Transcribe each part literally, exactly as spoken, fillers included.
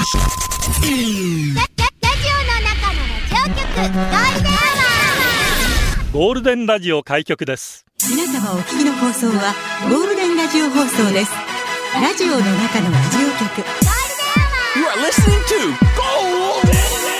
ゴールデンラジオ開局です。 皆様お聞きの放送はゴールデンラジオ放送です。ラジオの中のラジオ局 You are listening to Golden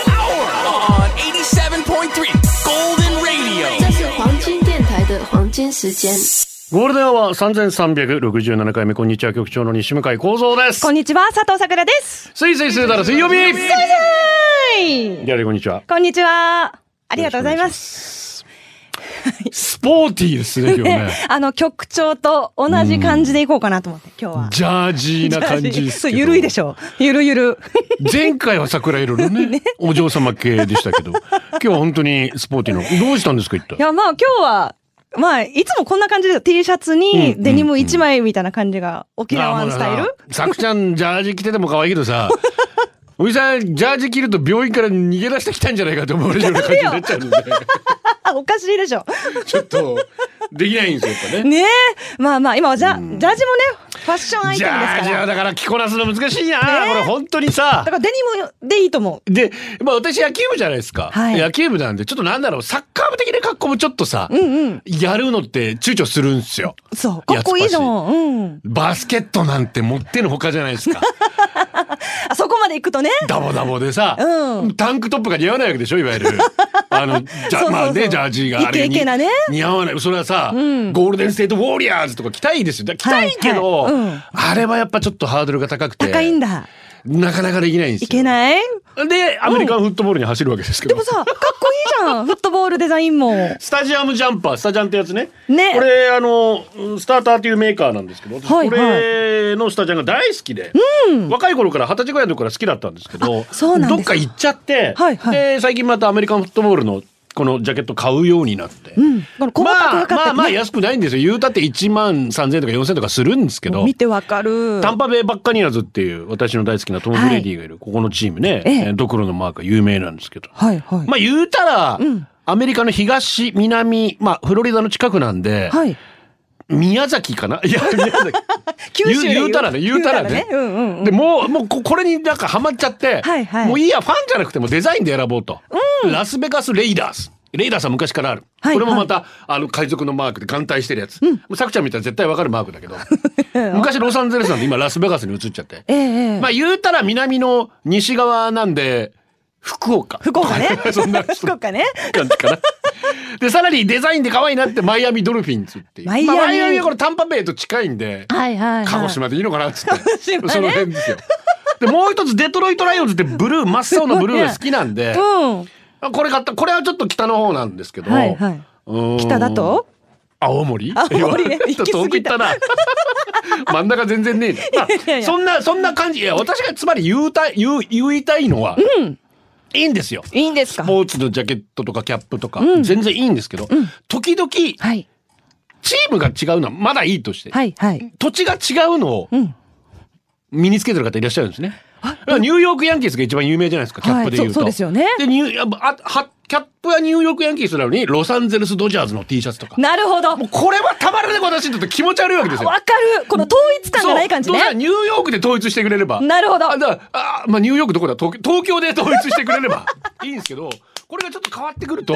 Hour on エイティセブンポイントスリー Golden Radio。 这是黄金電台的黄金時間。 ゴールデンアワーさんぜんさんびゃくろくじゅうななかいめ。こんにちは、局長の西向井光三です。 こんにちは、佐藤さくらです。 すいすいすいだら水曜日。すいすい。ギャレこんにちは。 こんにちは。ありがとうございます。 スポーティーですね、今日ね。 あの、局長と同じ感じでいこうかなと思って、今日は。 ジャージーな感じですけど。 ゆるいでしょ。ゆるゆる。 前回は桜色のね、ねお嬢様系でしたけど、今日は本当にスポーティーの。どうしたんですか、一体。 いや、まあ今日は、まあ、いつもこんな感じで T シャツにデニムいちまいみたいな感じが沖縄スタイル。 さくちゃんジャージ着てても可愛いけどさ、おじさんジャージ着ると病院から逃げ出してきたんじゃないかと思われるような感じになっちゃうのでおかしいでしょ。 ちょっとできないんですよ、やっぱね。 ねえ、まあまあ今はジャ、ジャージもねファッションアイテムですから。 ジャージはだから着こなすの難しいな、ね、これ本当にさ。 だからデニムでいいと思う。 で、まあ私野球部じゃないですか、はい、野球部なんでちょっとなんだろう、サッカー部的な格好もちょっとさ、うんうん、やるのって躊躇するんですよ。 そう、かっこいいの、うん、 バスケットなんて持ってのほかじゃないですかあそこまで行くとね、 ダボダボでさ、 うん、 タンクトップが似合わないわけでしょ、いわゆるあのじゃまあね、ジャージがあれにイケイケな、ね、 似合わない。それはさ、うん、ゴールデンステートウォーリアーズとか着たいですよ。着たいけど、はいはい、うん、あれはやっぱちょっとハードルが高くて、 高いんだ、 なかなかできないんですよ。 いけない。 でアメリカンフットボールに走るわけですけど、 うん、でもさ、かっこいいじゃんフットボールデザインも。 スタジアムジャンパー、スタジャンってやつね。 ね、 これあのスターターっていうメーカーなんですけど、 はいはい、 これのスタジャンが大好きで、うん、若い頃から二十歳ぐらいの時から好きだったんですけど、 そうなんです、 どっか行っちゃって、はいはい、で最近またアメリカンフットボールのこのジャケット買うようになって、うん、この細かく分かって、ね、まあまあまあ安くないんですよ。言うたっていちまんさんぜんえんとかよんせんえんとかするんですけど、 見てわかる。 タンパベイバッカニアーズっていう私の大好きなトム・ブレイディがいる、はい、ここのチームね、ええ、ドクロのマークが有名なんですけど、はいはい、まあ言うたら、うん、アメリカの東南、まあフロリダの近くなんで、はい、宮崎かな、いや宮崎九州で言うたらね、言うたらね、うんうんうん、でもうもうこれになんかハマっちゃって、はいはい、もういいや、ファンじゃなくてもデザインで選ぼうと、うん、ラスベガスレイダース、レイダースは昔からある、はいはい、これもまたあの海賊のマークで眼帯してるやつ、うん、さくちゃん見たら絶対わかるマークだけど昔ロサンゼルスなんで今ラスベガスに移っちゃって、えー、まあ言うたら南の西側なんで福岡福岡ねそんな福岡ね感じかなでさらにデザインで可愛いなってマイアミドルフィンズっていう、マイアミ、まあ、マイアミはこれタンパベイと近いんで、はいはいはい、鹿児島でいいのかなっつって、ね、その辺ですよ。でもう一つデトロイトライオンズってブルー、真っ青のブルーが好きなんで、うん、これ買った。これはちょっと北の方なんですけど、はいはい、うん、 北だと青森、 青森ね、 ちょっと遠く行ったな真ん中全然ねえな、まあ、いやいやそんなそんな感じ。いや、私がつまり言うたい言う言いたいのは、うん、いいんですよ。 いいんですか。 スポーツのジャケットとかキャップとか、うん、全然いいんですけど、うん、時々、はい、チームが違うのはまだいいとして、はいはい、土地が違うのを身につけてる方いらっしゃるんですね。ニューヨークヤンキースが一番有名じゃないですか、キャップでいうと、はい、そ, そうですよね。でニューあはキャップはニューヨークヤンキースなのにロサンゼルスドジャーズの T シャツとか。 なるほど。 もうこれはたまらない。私にとって気持ち悪いわけですよ。 わかる。この統一感がない感じね。 ニューヨークで統一してくれれば。 なるほど。 あだからあ、まあ、ニューヨークどこだ、東, 東京で統一してくれればいいんですけど、これがちょっと変わってくると、うん、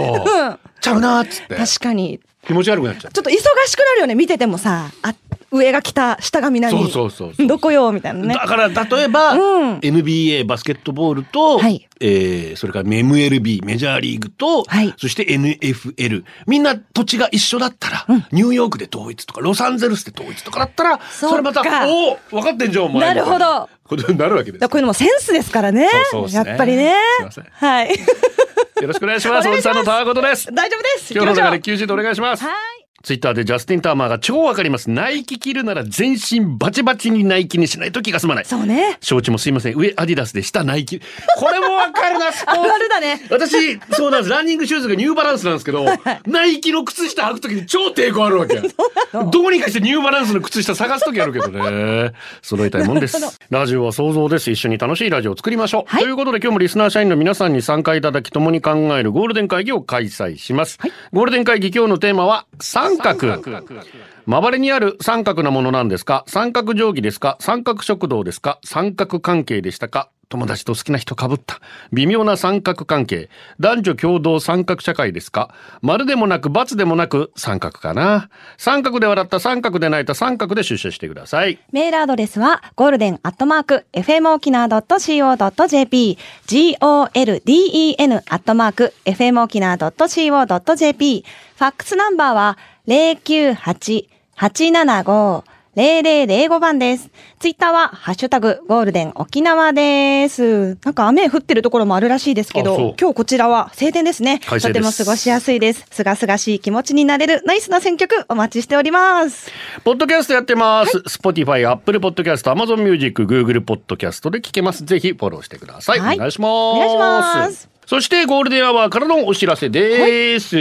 ちゃうなーっつって。 確かに気持ち悪くなっちゃう。 ちょっと忙しくなるよね、見ててもさ。あ、上が北、下が南。 そうそうそうそう。 どこよみたいなね。 だから例えば、うん、エヌビーエー バスケットボールと、はい、えー、それから エムエルビー メジャーリーグと、はい、そして エヌエフエル、みんな土地が一緒だったら、うん、ニューヨークで統一とかロサンゼルスで統一とかだったら、それまたおお分かってんじゃんお前。 なるほど。 ことになるわけです。 こういうのもセンスですからね。そうそうですね。やっぱりね。すいません。はい。 よろしくお願いします。おじさんのたわことです。 大丈夫です。 今日の中できゅうじゅうでお願いします。 はい。 ツイッターでジャスティン・ターマーが超わかります。ナイキ着るなら全身バチバチにナイキにしないと気が済まない。 そうね。 承知もすいません。上アディダスで下ナイキ。これもわかるな。スポーツ。 あるあるだね。 私そうなんです。ランニングシューズがニューバランスなんですけど、ナイキの靴下履くときに超抵抗あるわけ。どうにかしてニューバランスの靴下探すときあるけどね。揃えたいもんです。ラジオは想像です。一緒に楽しいラジオを作りましょう。はい、ということで今日もリスナー社員の皆さんに参加いただき共に考えるゴールデン会議を開催します。はい、ゴールデン会議今日のテーマは三角。周りにある三角なものなんですか？三角定規ですか？三角食堂ですか？三角関係でしたか？ 友達と好きな人被った微妙な三角関係、男女共同三角社会ですか？丸でもなく×でもなく三角かな。三角で笑った、三角で泣いた、三角で出社してください。 メールアドレスはゴールデンアットマーク エフエム 沖縄 ドット シーオー ドット ジェーピー ゴールデン アットマーク エフエム 沖縄 ドット シーオー ドット ジェーピー。 ファックスナンバーは ゼロきゅうはち はちななご ゼロゼロゼロご 番です。ツイッターはハッシュタグゴールデン沖縄です。なんか雨降ってるところもあるらしいですけど、今日こちらは晴天ですね。とても過ごしやすいです。すがすがしい気持ちになれるナイスな選曲お待ちしております。 ポッドキャストやってます、はい、Spotify、Apple Podcast、Amazon Music、Google Podcast で聞けます。ぜひフォローしてください、はい、お願いします。お願いします。そしてゴールデンアワーからのお知らせです、はい、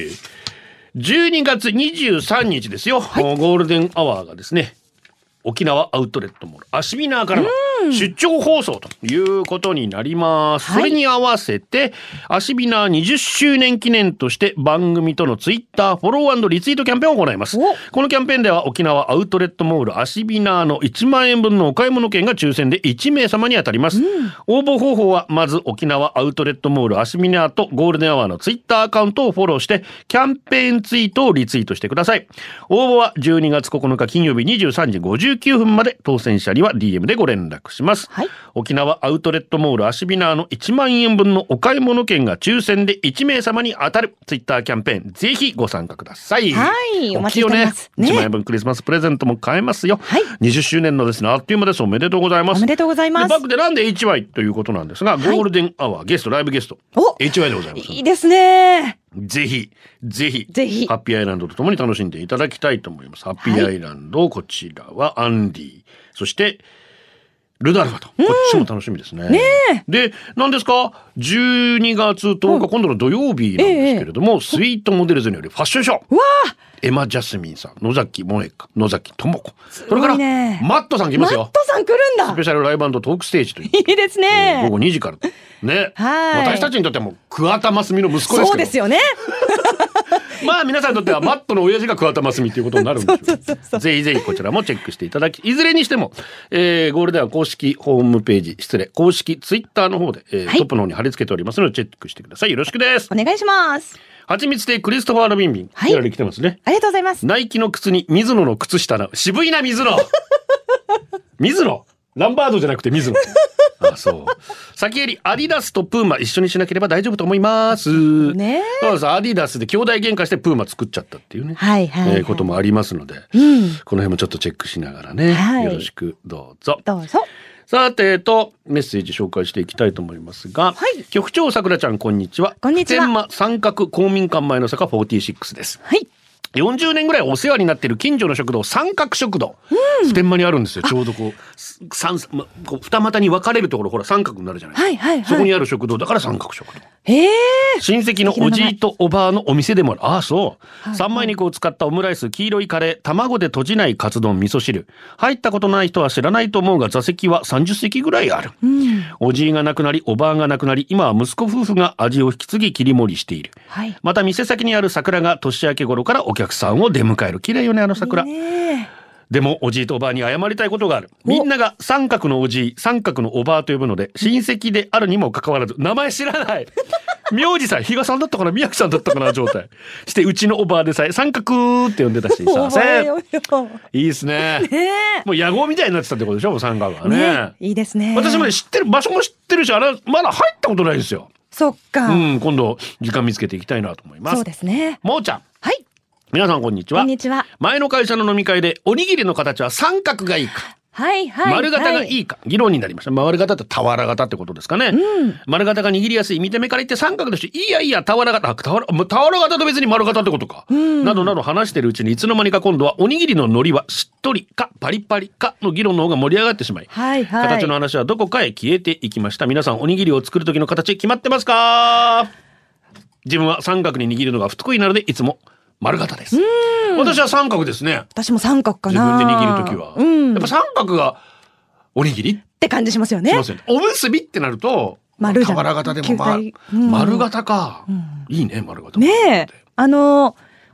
じゅうにがつにじゅうさんにちですよ、はい、ゴールデンアワーがですね、沖縄アウトレットモールアシビナーからの出張放送ということになります、はい、それに合わせてアシビナーにじゅっしゅうねん記念として番組とのツイッターフォロー&リツイートキャンペーンを行います。このキャンペーンでは沖縄アウトレットモールアシビナーのいちまんえんぶんのお買い物券が抽選でいちめいさまに当たります、うん、応募方法はまず沖縄アウトレットモールアシビナーとゴールデンアワーのツイッターアカウントをフォローしてキャンペーンツイートをリツイートしてください。応募はじゅうにがつここのか金曜日にじゅうさんじごじゅうきゅうふんまで、当選者には ディーエム でご連絡します、はい、沖縄アウトレットモールアシビナーのいちまんえんぶんのお買い物券が抽選でいちめいさまに当たるツイッターキャンペーン、ぜひご参加ください。 はい、お待ちしております、ね、 いちまんえんぶんクリスマスプレゼントも買えますよ、はい、にじゅっしゅうねんのですね、あっという間です。おめでとうございます。 おめでとうございます。 バックでなんで エイチワイ ということなんですが、はい、ゴールデンアワーゲストライブゲスト エイチワイ でございます。 いいですね。 ぜひぜひぜひハッピーアイランドとともに楽しんでいただきたいと思います。ハッピーアイランド、はい、こちらはアンディ、そしてルダルファと、こっちも楽しみですね。ねで、何ですか、じゅうにがつとおか、うん、今度の土曜日なんですけれども、ええ、スイートモデルズによるファッションショー。うわエマ・ジャスミンさん、野崎萌香、野崎智子、それからマットさん来ますよ。 マットさん来るんだ。 スペシャルライブ&トークステージという。 いいですね。 えー、午後にじからね。はい。私たちにとってはもう桑田真澄の息子ですけど。 そうですよね。 まあ皆さんにとってはマットの親父が桑田真澄ということになるんでしょう。そうそうそう、ぜひぜひこちらもチェックしていただき、いずれにしても、えー、ゴールデンは公式ホームページ、失礼、公式ツイッターの方で、えーはい、トップの方に貼り付けておりますのでチェックしてください。よろしくです。 お願いします。 はちみつ亭クリストファー・ロビンビン、はい、やられ来てますね。 ありがとうございます。 ナイキの靴に水野の靴下な、渋いな水野。水野、ランバードじゃなくて水野。あ、そう。先よりアディダスとプーマ一緒にしなければ大丈夫と思います。ね。そうです。アディダスで兄弟喧嘩してプーマ作っちゃったっていうね。はいはい、はい、えー、こともありますので、うん、この辺もちょっとチェックしながらね、はい、よろしくどうぞ。どうぞ。さてとメッセージ紹介していきたいと思いますが、はい、局長さくらちゃんこんにちは。こんにちは。天満三角公民館前の坂よんじゅうろくです。はい。よんじゅうねんぐらいお世話になっている近所の食堂三角食堂、うん、普天間にあるんですよ。ちょうどこう三こう二股に分かれるところ、ほら三角になるじゃないですか、はいはいはい、そこにある食堂だから三角食堂。へー、親戚のおじいとおばあのお店でもある。ああそう、はい、三枚肉を使ったオムライス、黄色いカレー、卵でとじないカツ丼、味噌汁。入ったことない人は知らないと思うが座席はさんじゅっせきぐらいある、うん、おじいが亡くなりおばあが亡くなり、今は息子夫婦が味を引き継ぎ切り盛りしている、はい、また店先にある桜が年明け頃からお客さんを出迎える。綺麗よねあの桜。いいね。でもおじいとおばあに謝りたいことがある。みんなが三角のおじい三角のおばあと呼ぶので親戚であるにもかかわらず名前知らない。名字さえ比嘉さんだったかな宮城さんだったかな状態してうちのおばあでさえ三角って呼んでたしさいいですね。ねもう野号みたいになってたってことでしょもう三角は ね, ねいいですね。私もね知ってる場所も知ってるし、あれまだ入ったことないんですよ。そっか、うん、今度時間見つけていきたいなと思います。そうですね。もーちゃん、はい、皆さんこんにちは。こんにちは。前の会社の飲み会でおにぎりの形は三角がいいか、はいはい、丸型がいいか議論になりました。丸型って俵型ってことですかね、うん、丸型が握りやすい、見た目から言って三角だし、いやいや俵型、俵型と別に丸型ってことか、うん、などなど話してるうちにいつの間にか今度はおにぎりの海苔はしっとりかパリパリかの議論の方が盛り上がってしまい、はいはい、形の話はどこかへ消えていきました。皆さんおにぎりを作る時の形決まってますか？自分は三角に握るのが不得意なのでいつも丸型です。私は三角ですね。私も三角かな。自分で握るときは、うん、やっぱ三角がおにぎりって感じしますよね。しますよね。おむすびってなると丸俵型でも、ま、うん、丸型か、うん、いいね丸型ねえ。あの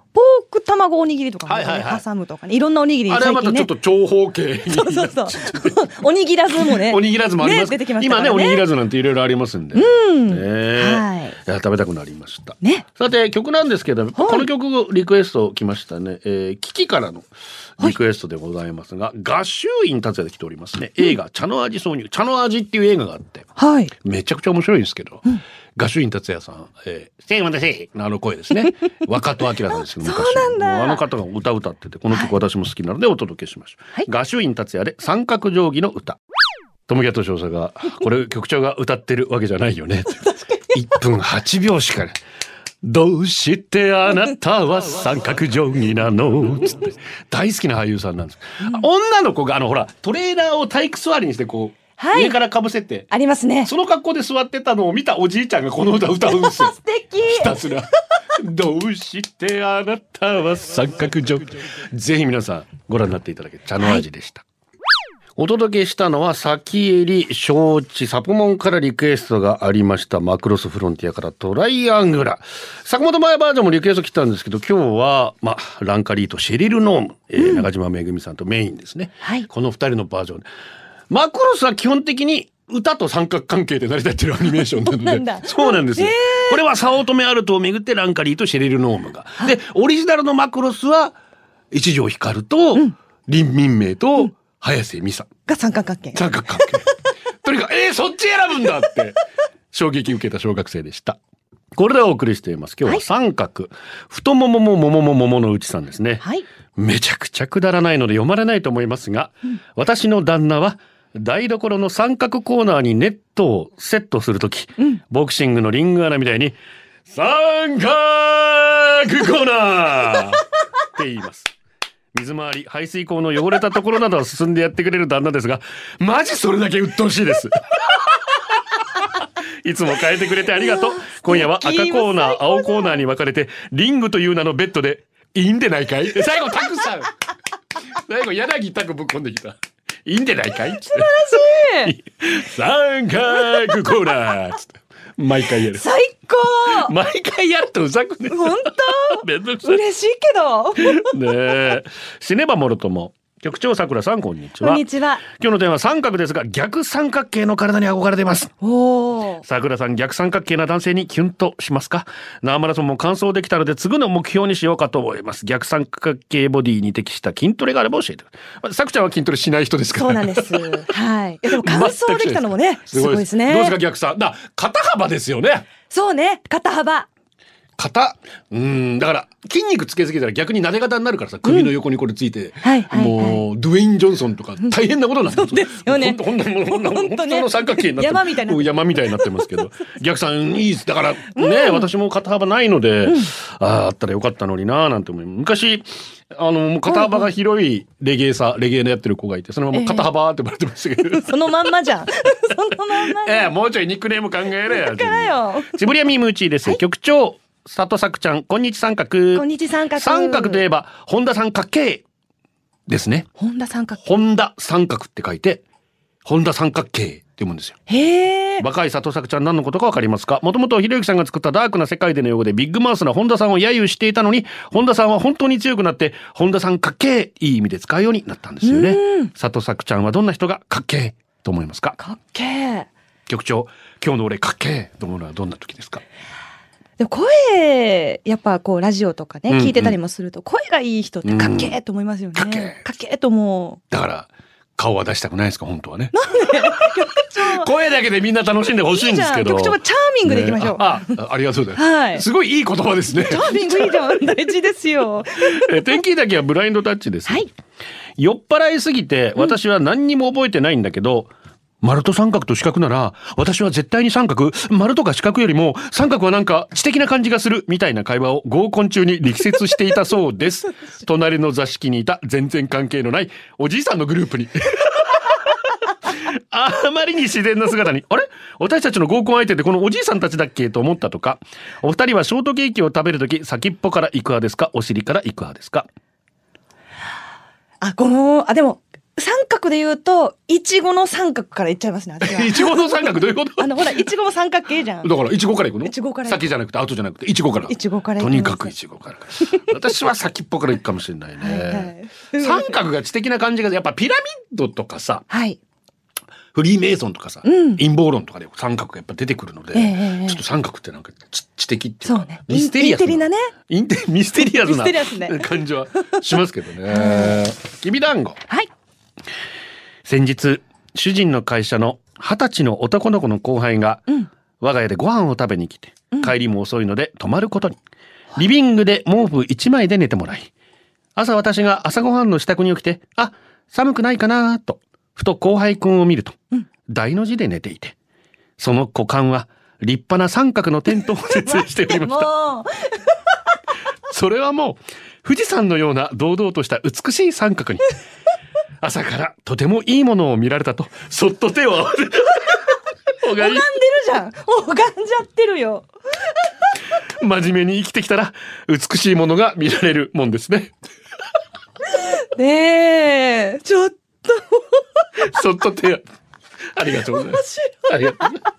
ポーク卵おにぎりとかもね、 はいはいはい挟むとかね、いろんなおにぎりあれはまたちょっと長方形にそうそうそうおにぎらずもねおにぎらずもあります、 ね、出てきましたからね。 今ねおにぎらずなんていろいろありますんで、 うんね、 はい、 いや食べたくなりました、 ね、 さて曲なんですけど、この曲リクエスト来ましたね、えー、キキからのリクエストでございますが、はい、画集院達也で来ておりますね。映画茶の味挿入茶の味っていう映画があって、はい、めちゃくちゃ面白いんですけど、うん、画集院達也さん、えー、せいませいのあの声ですね若戸明さんですよ昔。 そうなんだ。 あの方が歌歌ってて、この曲私も好きなのでお届けしましょう、はい、画集院達也で三角定規の歌。友キャット少佐がこれ局長が歌ってるわけじゃないよねいっぷんはちびょうしかどうしてあなたは三角定規なのつって大好きな俳優さんなんです、うん、女の子があのほらトレーナーを体育座りにしてこう、はい、上からかぶせてありますね。その格好で座ってたのを見たおじいちゃんがこの歌歌うんですよ素敵。 ひたすらどうしてあなたは三角定規。ぜひ皆さんご覧になっていただけ茶の味でした、はい。お届けしたのは先襟承知サプモンからリクエストがありましたマクロスフロンティアからトライアングラ。坂本前バージョンもリクエスト来たんですけど、今日は、まあ、ランカリーとシェリル・ノーム、えーうん、中島めぐみさんとメインですね、はい、このふたりのバージョン。マクロスは基本的に歌と三角関係で成り立ってるアニメーションなのでそうなんですよ。これは早乙女アルトをめぐってランカリーとシェリル・ノームが、でオリジナルのマクロスは一条光と、うん、林民明と、うん早瀬美沙が三角関係三角関係とにかくえー、そっち選ぶんだって衝撃受けた小学生でした。これでお送りしています。今日は三角、はい、太もももももももものうちさんですね、はい、めちゃくちゃくだらないので読まれないと思いますが、うん、私の旦那は台所の三角コーナーにネットをセットするとき、うん、ボクシングのリング穴みたいに三角コーナーって言います。水回り排水口の汚れたところなどを進んでやってくれる旦那ですが、マジそれだけ鬱陶しいですいつも変えてくれてありがとう。今夜は赤コーナー青コーナーに分かれてリングという名のベッドでいいんでないかい。最後タクさん最後柳タクぶっ込んできた。いいんでないかい素晴らしい三角コーナーつって毎回やる。 最高。 毎回やるとうざくね。 本当嬉しいけどねえ。死ねばもろとも局長さくらさんこんにちは。 こんにちは。 今日のテーマは三角ですが、逆三角形の体に憧れています。 おー。 さくらさん、逆三角形な男性にキュンとしますか？生マラソンも完走できたので次の目標にしようかと思います。逆三角形ボディに適した筋トレがあれば教えてくれ。さくちゃんは筋トレしない人ですから。 そうなんですはい。でも完走できたのもねすごいですね。 どうですか逆三だ肩幅ですよね。 そうね、肩幅肩うんだから筋肉つけすぎたら逆に撫で方になるからさ、首の横にこれついて、うんはいはいはい、 もうドゥエイン・ジョンソンとか大変なことなんですよ。 そうですよね。 ほんとほんとほんとの三角形になって山みたいな山みたいになってますけど逆さんいいです。だからね、うん、私も肩幅ないので、うん、あ, あったらよかったのにななんて思います。昔あのもう肩幅が広いレゲエさ、レゲエのやってる子がいて、そのまま肩幅って呼ばれてましたけど、えー、 そのまんまじゃんそのまんまじゃん、 えー、もうちょいニックネーム考えれや。 だからよ。 ちぶりやみームーチーです、はい、局長佐藤さくちゃん、こんにち三角。 こんにち三角。 三角といえば本田三角形ですね。 本田三角形。 本田三角って書いて本田三角形って読むんですよ。 へー。 若い佐藤さくちゃん何のことかわかりますか？もともとひろゆきさんが作ったダークな世界での用語でビッグマウスな本田さんを揶揄していたのに、本田さんは本当に強くなって本田三角形いい意味で使うようになったんですよね。佐藤さくちゃんはどんな人がかっけーと思いますか？ かっけー。 局長、今日の俺かっけーと思うのはどんな時ですか？ でも声やっぱこうラジオとかね、うんうん、聞いてたりもすると声がいい人ってかっけーと思いますよね、うん、かっけーかっけーと思う。 だから顔は出したくないですか本当はね。 なんで局長声だけでみんな楽しんでほしいんですけど。いい局長はチャーミングでいきましょう、ね、 あ, あ, ありがとうございます、 はい、 すごいいい言葉ですね。 チャーミングいいじゃん大事ですよえ天気だけはブラインドタッチです、 はい、 酔っ払いすぎて私は何にも覚えてないんだけど、うん、丸と三角と四角なら私は絶対に三角、丸とか四角よりも三角はなんか知的な感じがするみたいな会話を合コン中に力説していたそうです隣の座敷にいた全然関係のないおじいさんのグループにあまりに自然な姿に、あれ私たちの合コン相手ってこのおじいさんたちだっけと思ったとか。お二人はショートケーキを食べるとき先っぽから行く派ですか、お尻から行く派ですか？ あ、このあでも三角で言うと、いちごの三角からいっちゃいますね、私は。 いちごの三角どういうこと？ あの、ほら、いちごも三角形じゃん。 だから、いちごからいくの？ いちごから。 先じゃなくて、後じゃなくて、いちごから。 いちごからいきとます。 にかくいちごから。私は先っぽからいくかもしれないね。はいはい、三角が知的な感じが、やっぱピラミッドとかさ、はい、フリーメイソンとかさ、うん、陰謀論とかで三角がやっぱ出てくるので、えー、ちょっと三角ってなんか知的っていうか、ね、ミステリアスな、インテリなね、インテミステリアスな感じはしますけどね。きびだんご。はい。先日、主人の会社の二十歳の男の子の後輩が、うん、我が家でご飯を食べに来て、うん、帰りも遅いので泊まることに。リビングで毛布一枚で寝てもらい、朝私が朝ごはんの支度に起きて、あ、寒くないかなと、ふと後輩くんを見ると、うん、大の字で寝ていて、その股間は立派な三角のテントを設営しておりました。それはもう富士山のような堂々とした美しい三角に、朝からとてもいいものを見られたと、そっと手を合わせて拝んでるじゃん。拝んじゃってるよ。 真面目に生きてきたら美しいものが見られるもんですね。 ねえ、ちょっとそっと手を。ありがとうございます。ありがとうございます。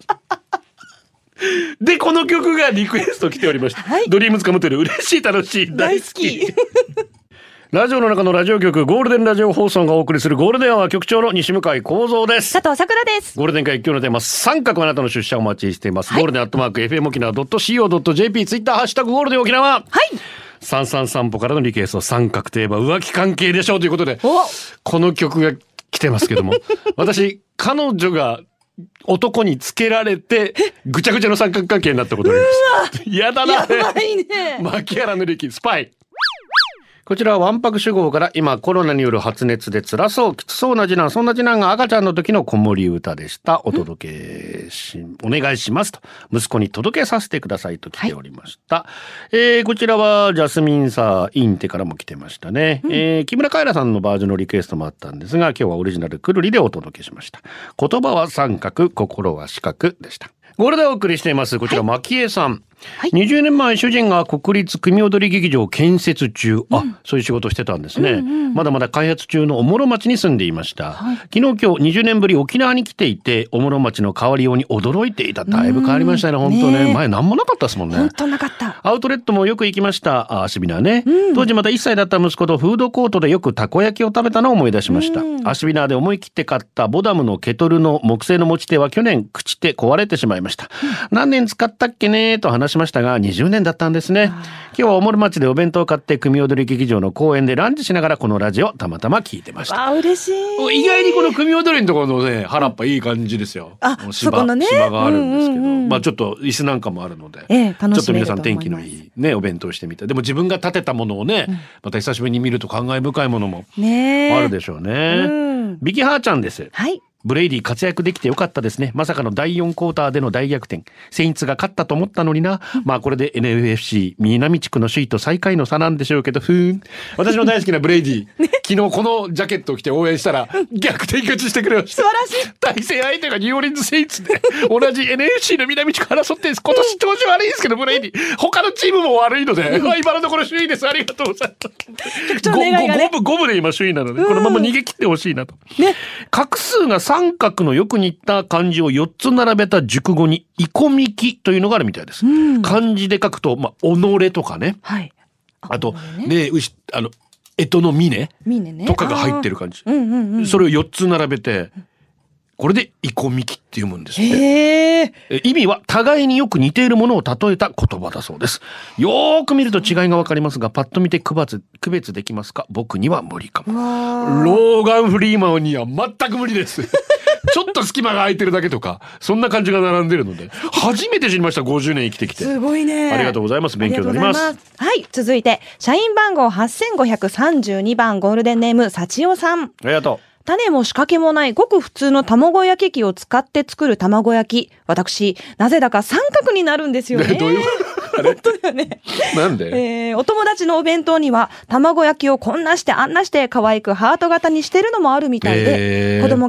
で、この曲がリクエスト来ておりました。はい、ドリームズカムトゥル嬉しい楽しい大好き。ラジオの中のラジオ局、ゴールデンラジオ放送がお送りするゴールデンアワー、局長の西向井光三です。 佐藤さくらです。 ゴールデン会今日のテーマ、三角あなたの出社をお待ちしています。はい、ゴールデンアットマーク エフエム 沖縄 .co.jp、 ツイッターハッシュタグゴールデン沖縄。はい。三三散歩からのリクエスト、三角といえば浮気関係でしょうということで、この曲が来てますけども、私、彼女が男につけられてぐちゃぐちゃの三角関係になったことがあります。やだな。 やばいね。 牧原の力スパイ。こちらはわんぱく主語から、今コロナによる発熱で辛そうきつそうな次男、そんな次男が赤ちゃんの時の子守歌でした。お届けしお願いしますと、息子に届けさせてくださいと来ておりました。はい、えー、こちらはジャスミンサーインテからも来てましたね。うん、えー、木村カエラさんのバージョンのリクエストもあったんですが、今日はオリジナルくるりでお届けしました。言葉は三角、心は四角でした。ゴールでお送りしています。こちら、はい、蒔絵さん。はい、にじゅうねんまえ主人が国立組踊劇場建設中、あ、うん、そういう仕事してたんですね。うんうん、まだまだ開発中のおもろ町に住んでいました。はい、昨日今日にじゅうねんぶり沖縄に来ていて、おもろ町の変わりように驚いていた。だいぶ変わりましたね、本当ね。ね、前なんもなかったですもんね。 本当なかった。 アウトレットもよく行きました。アシビナーね、うん。当時まだいっさいだった息子とフードコートでよくたこ焼きを食べたのを思い出しました。うん、アシビナーで思い切って買ったボダムのケトルの木製の持ち手は去年朽ちて壊れてしまいました。うん、何年使ったっけねと話しましたが、にじゅうねんだったんですね。今日はおもろ町でお弁当を買って組踊り劇場の公園でランチしながらこのラジオたまたま聞いてました。 あ、嬉しい。 意外にこの組踊りのところのね、原っぱいい感じですよ。 あ、 芝、 そこのね、 芝があるんですけど、うんうんうん、まあちょっと椅子なんかもあるので、ええ、ちょっと皆さん天気のいいねお弁当してみたい。でも自分が立てたものをね、うん、また久しぶりに見ると感慨深いものもあるでしょうね。うん、ビキハーちゃんです。はい。ブレイディ活躍できてよかったですね。まさかのだいよんクォーターでの大逆転。セインツが勝ったと思ったのにな。まあこれで エヌエフエフシー 南地区の首位と最下位の差なんでしょうけど、ふーん。私の大好きなブレイディ、ね、昨日このジャケットを着て応援したら逆転勝ちしてくれました。 素晴らしい。 対戦相手がニューオーリンズセインツで同じ エヌエフシー の南地区争ってるんです。今年調子悪いですけどブレイディ。他のチームも悪いので、今のところ首位です。ありがとうございます。ごぶごぶで今首位なので、このまま逃げ切ってほしいなと。ね。画数が三角のよく似た漢字をよっつ並べた熟語にいこみきというのがあるみたいです。うん、漢字で書くと、まあ、己とかね。はい。あ, あと、ね、牛、あの、干支の峰ねとかが入ってる感じ。うんうんうん、それをよっつ並べて、これでいこみきって読むんですって。へー。意味は互いによく似ているものを例えた言葉だそうです。よーく見ると違いがわかりますが、パッと見て区別、区別できますか？僕には無理かも。ローガン・フリーマンには全く無理です。ちょっと隙間が空いてるだけとか、そんな感じが並んでるので、初めて知りました。ごじゅうねん生きてきて。 すごいね。 ありがとうございます。勉強になります。 はい、続いて、社員番号はっせんごひゃくさんじゅうにばんゴールデンネーム、幸代さん。ありがとう。 種も仕掛けもないごく普通の卵焼き器を使って作る卵焼き。私、なぜだか三角になるんですよね。 どういう本当だよね。 なんで、 えー、お友達のお弁当には卵焼きをこんなしてあんなして可愛くハート型にしてるのもあるみたいで、えー、子供が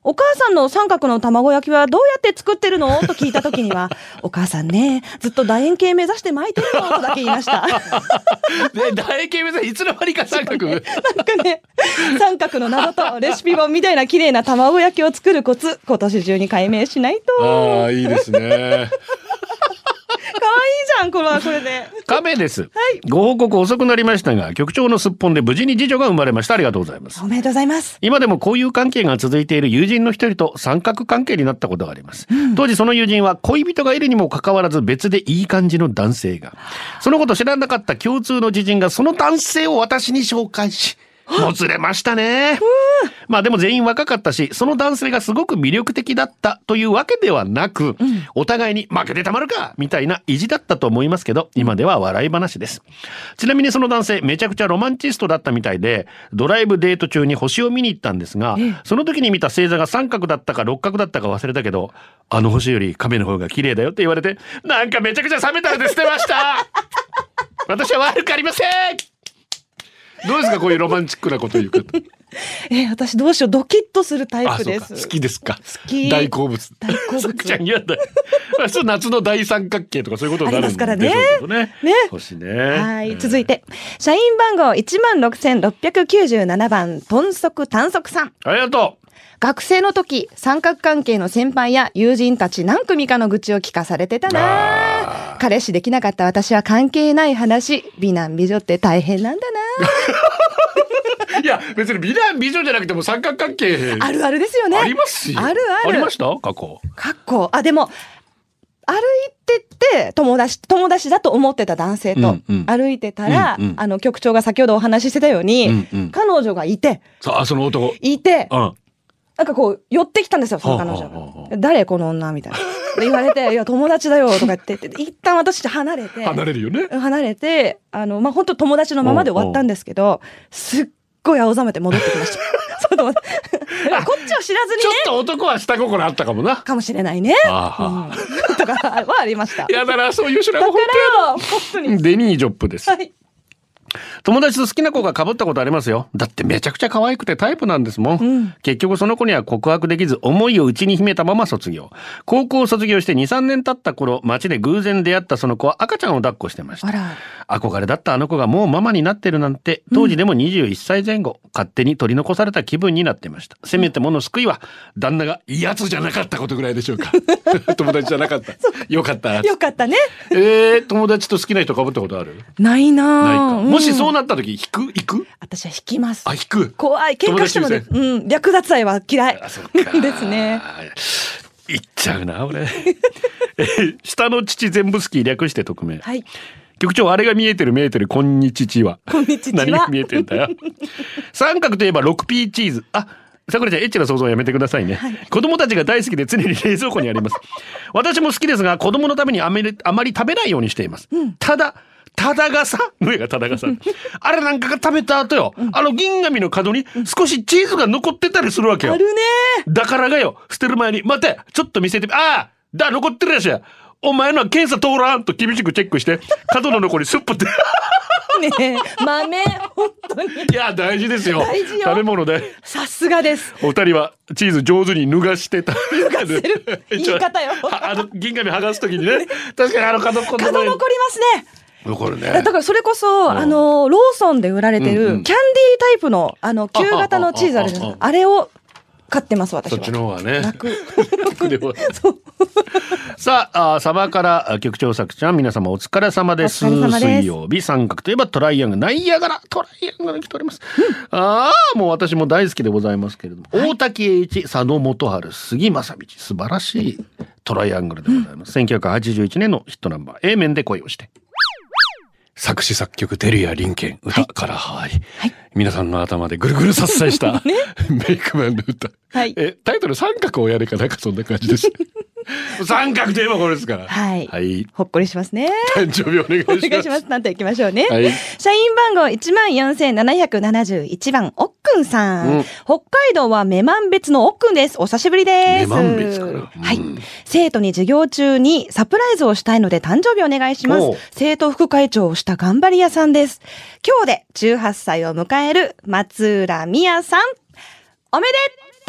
お母さんの三角の卵焼きはどうやって作ってるのと聞いた時には、お母さんね、ずっと楕円形目指して巻いてるのとだけ言いました。 で、楕円形目指していつの間にか三角。なんかね、三角の謎とレシピ本みたいな綺麗な卵焼きを作るコツ、今年中に解明しないと。 ああ、いいですね。 可愛いじゃん、これはこれで。 亀です、 はい、 ご報告遅くなりましたが、局長のすっぽんで無事に次女が生まれました。ありがとうございます。 おめでとうございます。 今でも交友関係が続いている友人の一人と三角関係になったことがあります、うん、当時その友人は恋人がいるにもかかわらず別でいい感じの男性が、そのこと知らなかった共通の知人がその男性を私に紹介し、もつれましたね。まあでも全員若かったし、その男性がすごく魅力的だったというわけではなく、うん、お互いに負けてたまるかみたいな意地だったと思いますけど、今では笑い話です。ちなみにその男性めちゃくちゃロマンチストだったみたいで、ドライブデート中に星を見に行ったんですが、その時に見た星座が三角だったか六角だったか忘れたけど、あの星より亀の方が綺麗だよって言われて、なんかめちゃくちゃ冷めたので捨てました。私は悪くありません。どうですか、こういうロマンチックなこと言う方。 えー、私どうしよう、ドキッとするタイプです。 好きですか。 好き。 大好物。 大好物。 さくちゃん嫌だ。そう、夏の大三角形とかそういうことになるんでしょうけどね。 ありますからね。ね。 星ね。 はい、続いて社員番号いちまんろくせんろっぴゃくきゅうじゅうななばん、豚足短足さん。 ありがとう。 学生の時、三角関係の先輩や友人たち何組かの愚痴を聞かされてたな。彼氏できなかった私は関係ない話、美男美女って大変なんだな。 いや、別に美男美女じゃなくても三角関係あるあるですよね。 ありますし。 あるある。 ありました過去。 過去。あ、でも歩いてて友達友達だと思ってた男性と歩いてたら、うんうん、あの局長が先ほどお話ししてたように、うんうん、彼女がいて、 さあその男いて、 うん、 なんかこう寄ってきたんですよ、その彼女が。はあはあはあ、誰この女みたいな言われて、いや友達だよとか言って一旦私と離れて離れるよね。 離れて、あのまあ本当友達のままで終わったんですけど、すっごい青ざめて戻ってきました。そうこっちを知らずにね。 ちょっと男は下心あったかもな。 かもしれないね。あうん、とかはありました。 いやだな、そういう人らも本当に。デニージョップです。はい、友達と好きな子が被ったことありますよ。だってめちゃくちゃ可愛くてタイプなんですもん、うん、結局その子には告白できず思いを内に秘めたまま卒業。高校を卒業して にさんねん経った頃、街で偶然出会ったその子は赤ちゃんを抱っこしてました。あら、憧れだったあの子がもうママになってるなんて、当時でもにじゅういっさいぜん後、うん、勝手に取り残された気分になってました。せめてもの救いは旦那がいいやつじゃなかったことぐらいでしょうか。友達じゃなかった。よかったよかったね。 えー、友達と好きな人被ったことある？ ないな。 ないか、うん、もしそうなった時引く行く？ 私は引きます。 あ、引く。 怖い。喧嘩してもね、うん、略奪愛は嫌い。 あ、そっかですね。 言っちゃうな俺。下の父全部好き、略して匿名。はい。局長、あれが見えてる見えてる、こんにちは。 こんにちは。 何が見えてんだよ。三角といえば ろくピー チーズ。あ、さくらちゃん、エッチな想像はやめてくださいね、はい、子供たちが大好きで常に冷蔵庫にあります。私も好きですが、子供のためにあまり、あまり食べないようにしています、うん、ただただがさ、上がただがさあれなんかが食べた後よ、うん、あの銀紙の角に少しチーズが残ってたりするわけよ。 あるね。 だからがよ、捨てる前に待て、ちょっと見せて、ああだ、残ってるやしや、お前のは検査通らんと厳しくチェックして角の残りスップってねえ、豆本当に。 いや大事ですよ。 大事よ。 食べ物で。 さすがです。 お二人はチーズ上手に脱がしてた。 脱がせる言い方よ。 あの銀紙剥がすときにね。確かにあの角角残りますね。 残るね。 だからそれこそ、うん、あのローソンで売られてる、うんうん、キャンディータイプのあの旧型のチーズあるじゃないですか。あれを買ってます私は。 そっちの方がね。 楽。 楽でも。さあ、あサバから局長さくちゃん、皆様お疲れ様です。 お疲れ様です。 水曜日、三角といえばトライアングル、ナイアガラトライアングルに来ております、うん、ああもう私も大好きでございますけれども、はい、大滝栄一、佐野元春、杉正道、素晴らしいトライアングルでございます、うん、せんきゅうひゃくはちじゅういちねんのヒットナンバー A 面で恋をして、作詞作曲照屋林健、歌から、はい、はい、皆さんの頭でぐるぐるさっさいした、ね、メイクマンの歌、はい、えタイトル三角をやれかなんかそんな感じです三角といえばこれですから、 はい、はい、ほっこりしますね。 誕生日お願いします。 お願いします。なんていきましょうね、はい、社員番号 いちまんよんせんななひゃくななじゅういちばん、おっくんさん、うん、北海道は女満別のおっくんです。お久しぶりです。 女満別から、うん、 はい、生徒に授業中にサプライズをしたいので誕生日お願いします。生徒副会長をした頑張り屋さんです。今日でじゅうはっさいを迎える松浦美也さん、おめでとう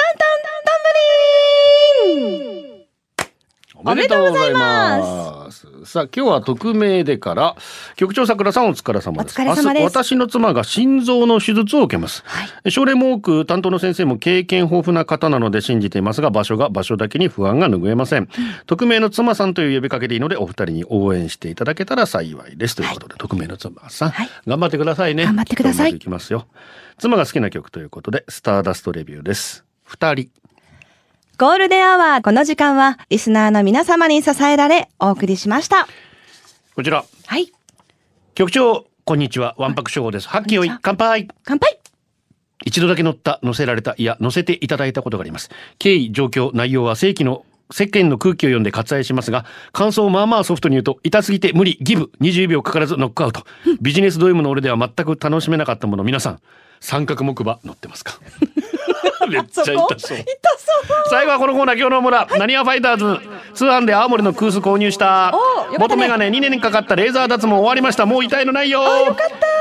タンタンタンブリン。 おめでとうございます。さあ今日は匿名でから局長桜さんお疲れ様です。 お疲れ様です。 明日私の妻が心臓の手術を受けます、はい、症例も多く担当の先生も経験豊富な方なので信じていますが場所が場所だけに不安が拭えません、うん、匿名の妻さんという呼びかけでいいのでお二人に応援していただけたら幸いですということで、はい、匿名の妻さん、はい、頑張ってくださいね。 頑張ってください。 いきますよ。妻が好きな曲ということでスターダストレビューです。二人ゴールデンアワー、この時間はリスナーの皆様に支えられお送りしました。 こちら。 はい。 局長、こんにちは。わんぱく処方です。はっきよい、乾杯。 乾杯。 一度だけ乗った、乗せられた、いや、乗せていただいたことがあります。経緯、状況、内容は正規の世間の空気を読んで割愛しますが、感想をまあまあソフトに言うと、痛すぎて無理、ギブ、にじゅうびょうかからずノックアウト。ビジネスド M の俺では全く楽しめなかったもの、皆さん、三角木馬乗ってますか？めっちゃ痛そう。痛そう。最後はこのコーナー、今日の村なにわファイターズ通販で青森のクース購入した元メガネにねんかかったレーザー脱毛終わりました。もう痛いのないよ。 よかった。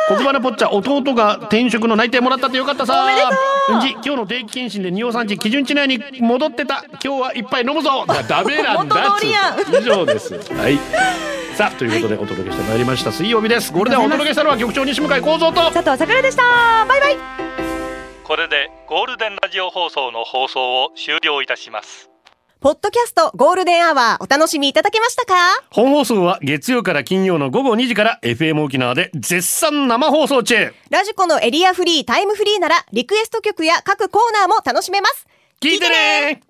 黒花ポッチャ弟が転職の内定もらったってよかったさ。 おめでとう。 んじ今日の定期検診で尿酸値基準値内に戻ってた。今日はいっぱい飲むぞ。ダメなんだっつ以上です。はいさあということでお届けしてまいりました水曜日です。ゴールデンをお届けしたのは局長西向井光三と佐藤さくらでした。バイバイ。 これでゴールデンラジオ放送の放送を終了いたします。 ポッドキャストゴールデンアワーお楽しみいただけましたか？ 本放送は月曜から金曜の午後にじから エフエム 沖縄で絶賛生放送中。 ラジコのエリアフリータイムフリーならリクエスト曲や各コーナーも楽しめます。 聞いてね。